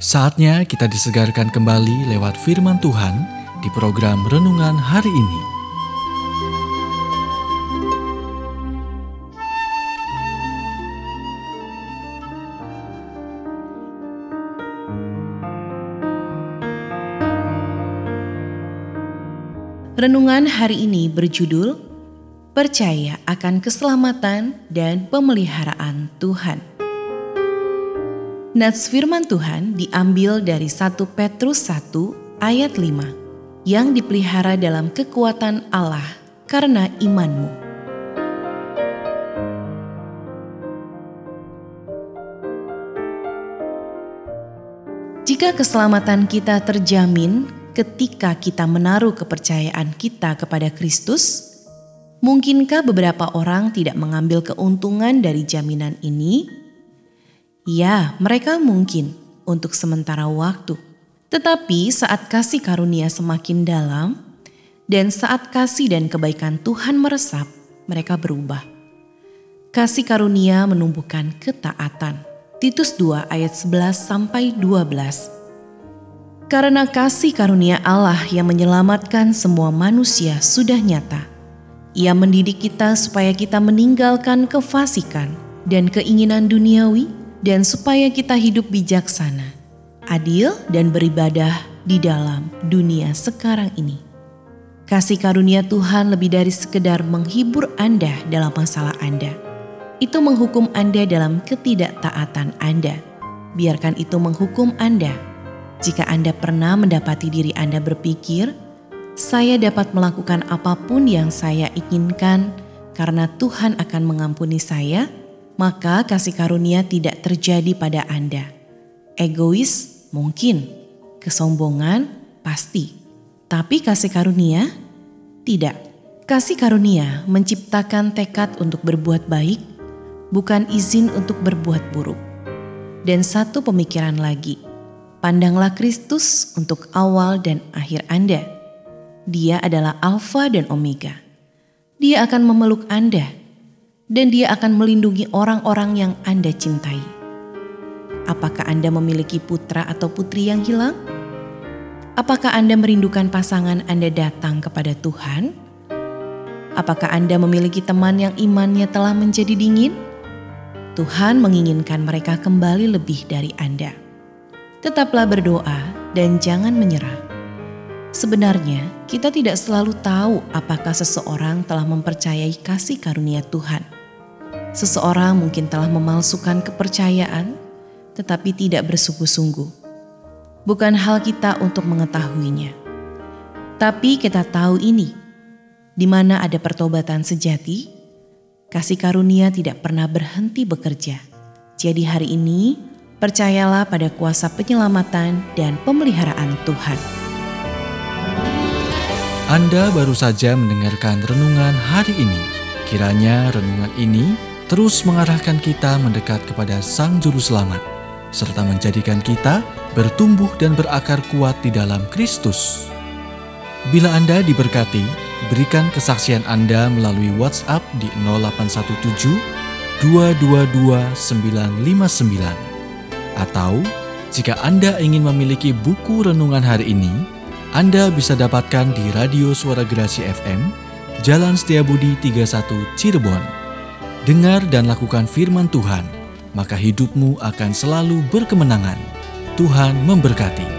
Saatnya kita disegarkan kembali lewat firman Tuhan di program Renungan Hari ini. Renungan hari ini berjudul Percaya akan keselamatan dan pemeliharaan Tuhan. Nats firman Tuhan diambil dari 1 Petrus 1 ayat 5 yang dipelihara dalam kekuatan Allah karena imanmu. Jika keselamatan kita terjamin ketika kita menaruh kepercayaan kita kepada Kristus, mungkinkah beberapa orang tidak mengambil keuntungan dari jaminan ini? Ya, mereka mungkin untuk sementara waktu. Tetapi saat kasih karunia semakin dalam dan saat kasih dan kebaikan Tuhan meresap, mereka berubah. Kasih karunia menumbuhkan ketaatan. Titus 2 ayat 11-12. Karena kasih karunia Allah yang menyelamatkan semua manusia sudah nyata. Ia mendidik kita supaya kita meninggalkan kefasikan dan keinginan duniawi dan supaya kita hidup bijaksana, adil dan beribadah di dalam dunia sekarang ini. Kasih karunia Tuhan lebih dari sekedar menghibur Anda dalam masalah Anda. Itu menghukum Anda dalam ketidaktaatan Anda. Biarkan itu menghukum Anda. Jika Anda pernah mendapati diri Anda berpikir, saya dapat melakukan apapun yang saya inginkan karena Tuhan akan mengampuni saya, maka kasih karunia tidak terjadi pada Anda. Egois mungkin, kesombongan pasti, tapi kasih karunia tidak. Kasih karunia menciptakan tekad untuk berbuat baik, bukan izin untuk berbuat buruk. Dan satu pemikiran lagi, pandanglah Kristus untuk awal dan akhir Anda. Dia adalah Alfa dan Omega. Dia akan memeluk Anda, dan Dia akan melindungi orang-orang yang Anda cintai. Apakah Anda memiliki putra atau putri yang hilang? Apakah Anda merindukan pasangan Anda datang kepada Tuhan? Apakah Anda memiliki teman yang imannya telah menjadi dingin? Tuhan menginginkan mereka kembali lebih dari Anda. Tetaplah berdoa dan jangan menyerah. Sebenarnya, kita tidak selalu tahu apakah seseorang telah mempercayai kasih karunia Tuhan. Seseorang mungkin telah memalsukan kepercayaan, tetapi tidak bersungguh-sungguh. Bukan hal kita untuk mengetahuinya. Tapi kita tahu ini, di mana ada pertobatan sejati, kasih karunia tidak pernah berhenti bekerja. Jadi hari ini, percayalah pada kuasa penyelamatan dan pemeliharaan Tuhan. Anda baru saja mendengarkan renungan hari ini. Kiranya renungan ini terus mengarahkan kita mendekat kepada Sang Juru Selamat, serta menjadikan kita bertumbuh dan berakar kuat di dalam Kristus. Bila Anda diberkati, berikan kesaksian Anda melalui WhatsApp di 0817 222 959. Atau jika Anda ingin memiliki buku renungan hari ini, Anda bisa dapatkan di Radio Suara Gerasi FM, Jalan Setiabudi 31 Cirebon. Dengar dan lakukan firman Tuhan, maka hidupmu akan selalu berkemenangan. Tuhan memberkati.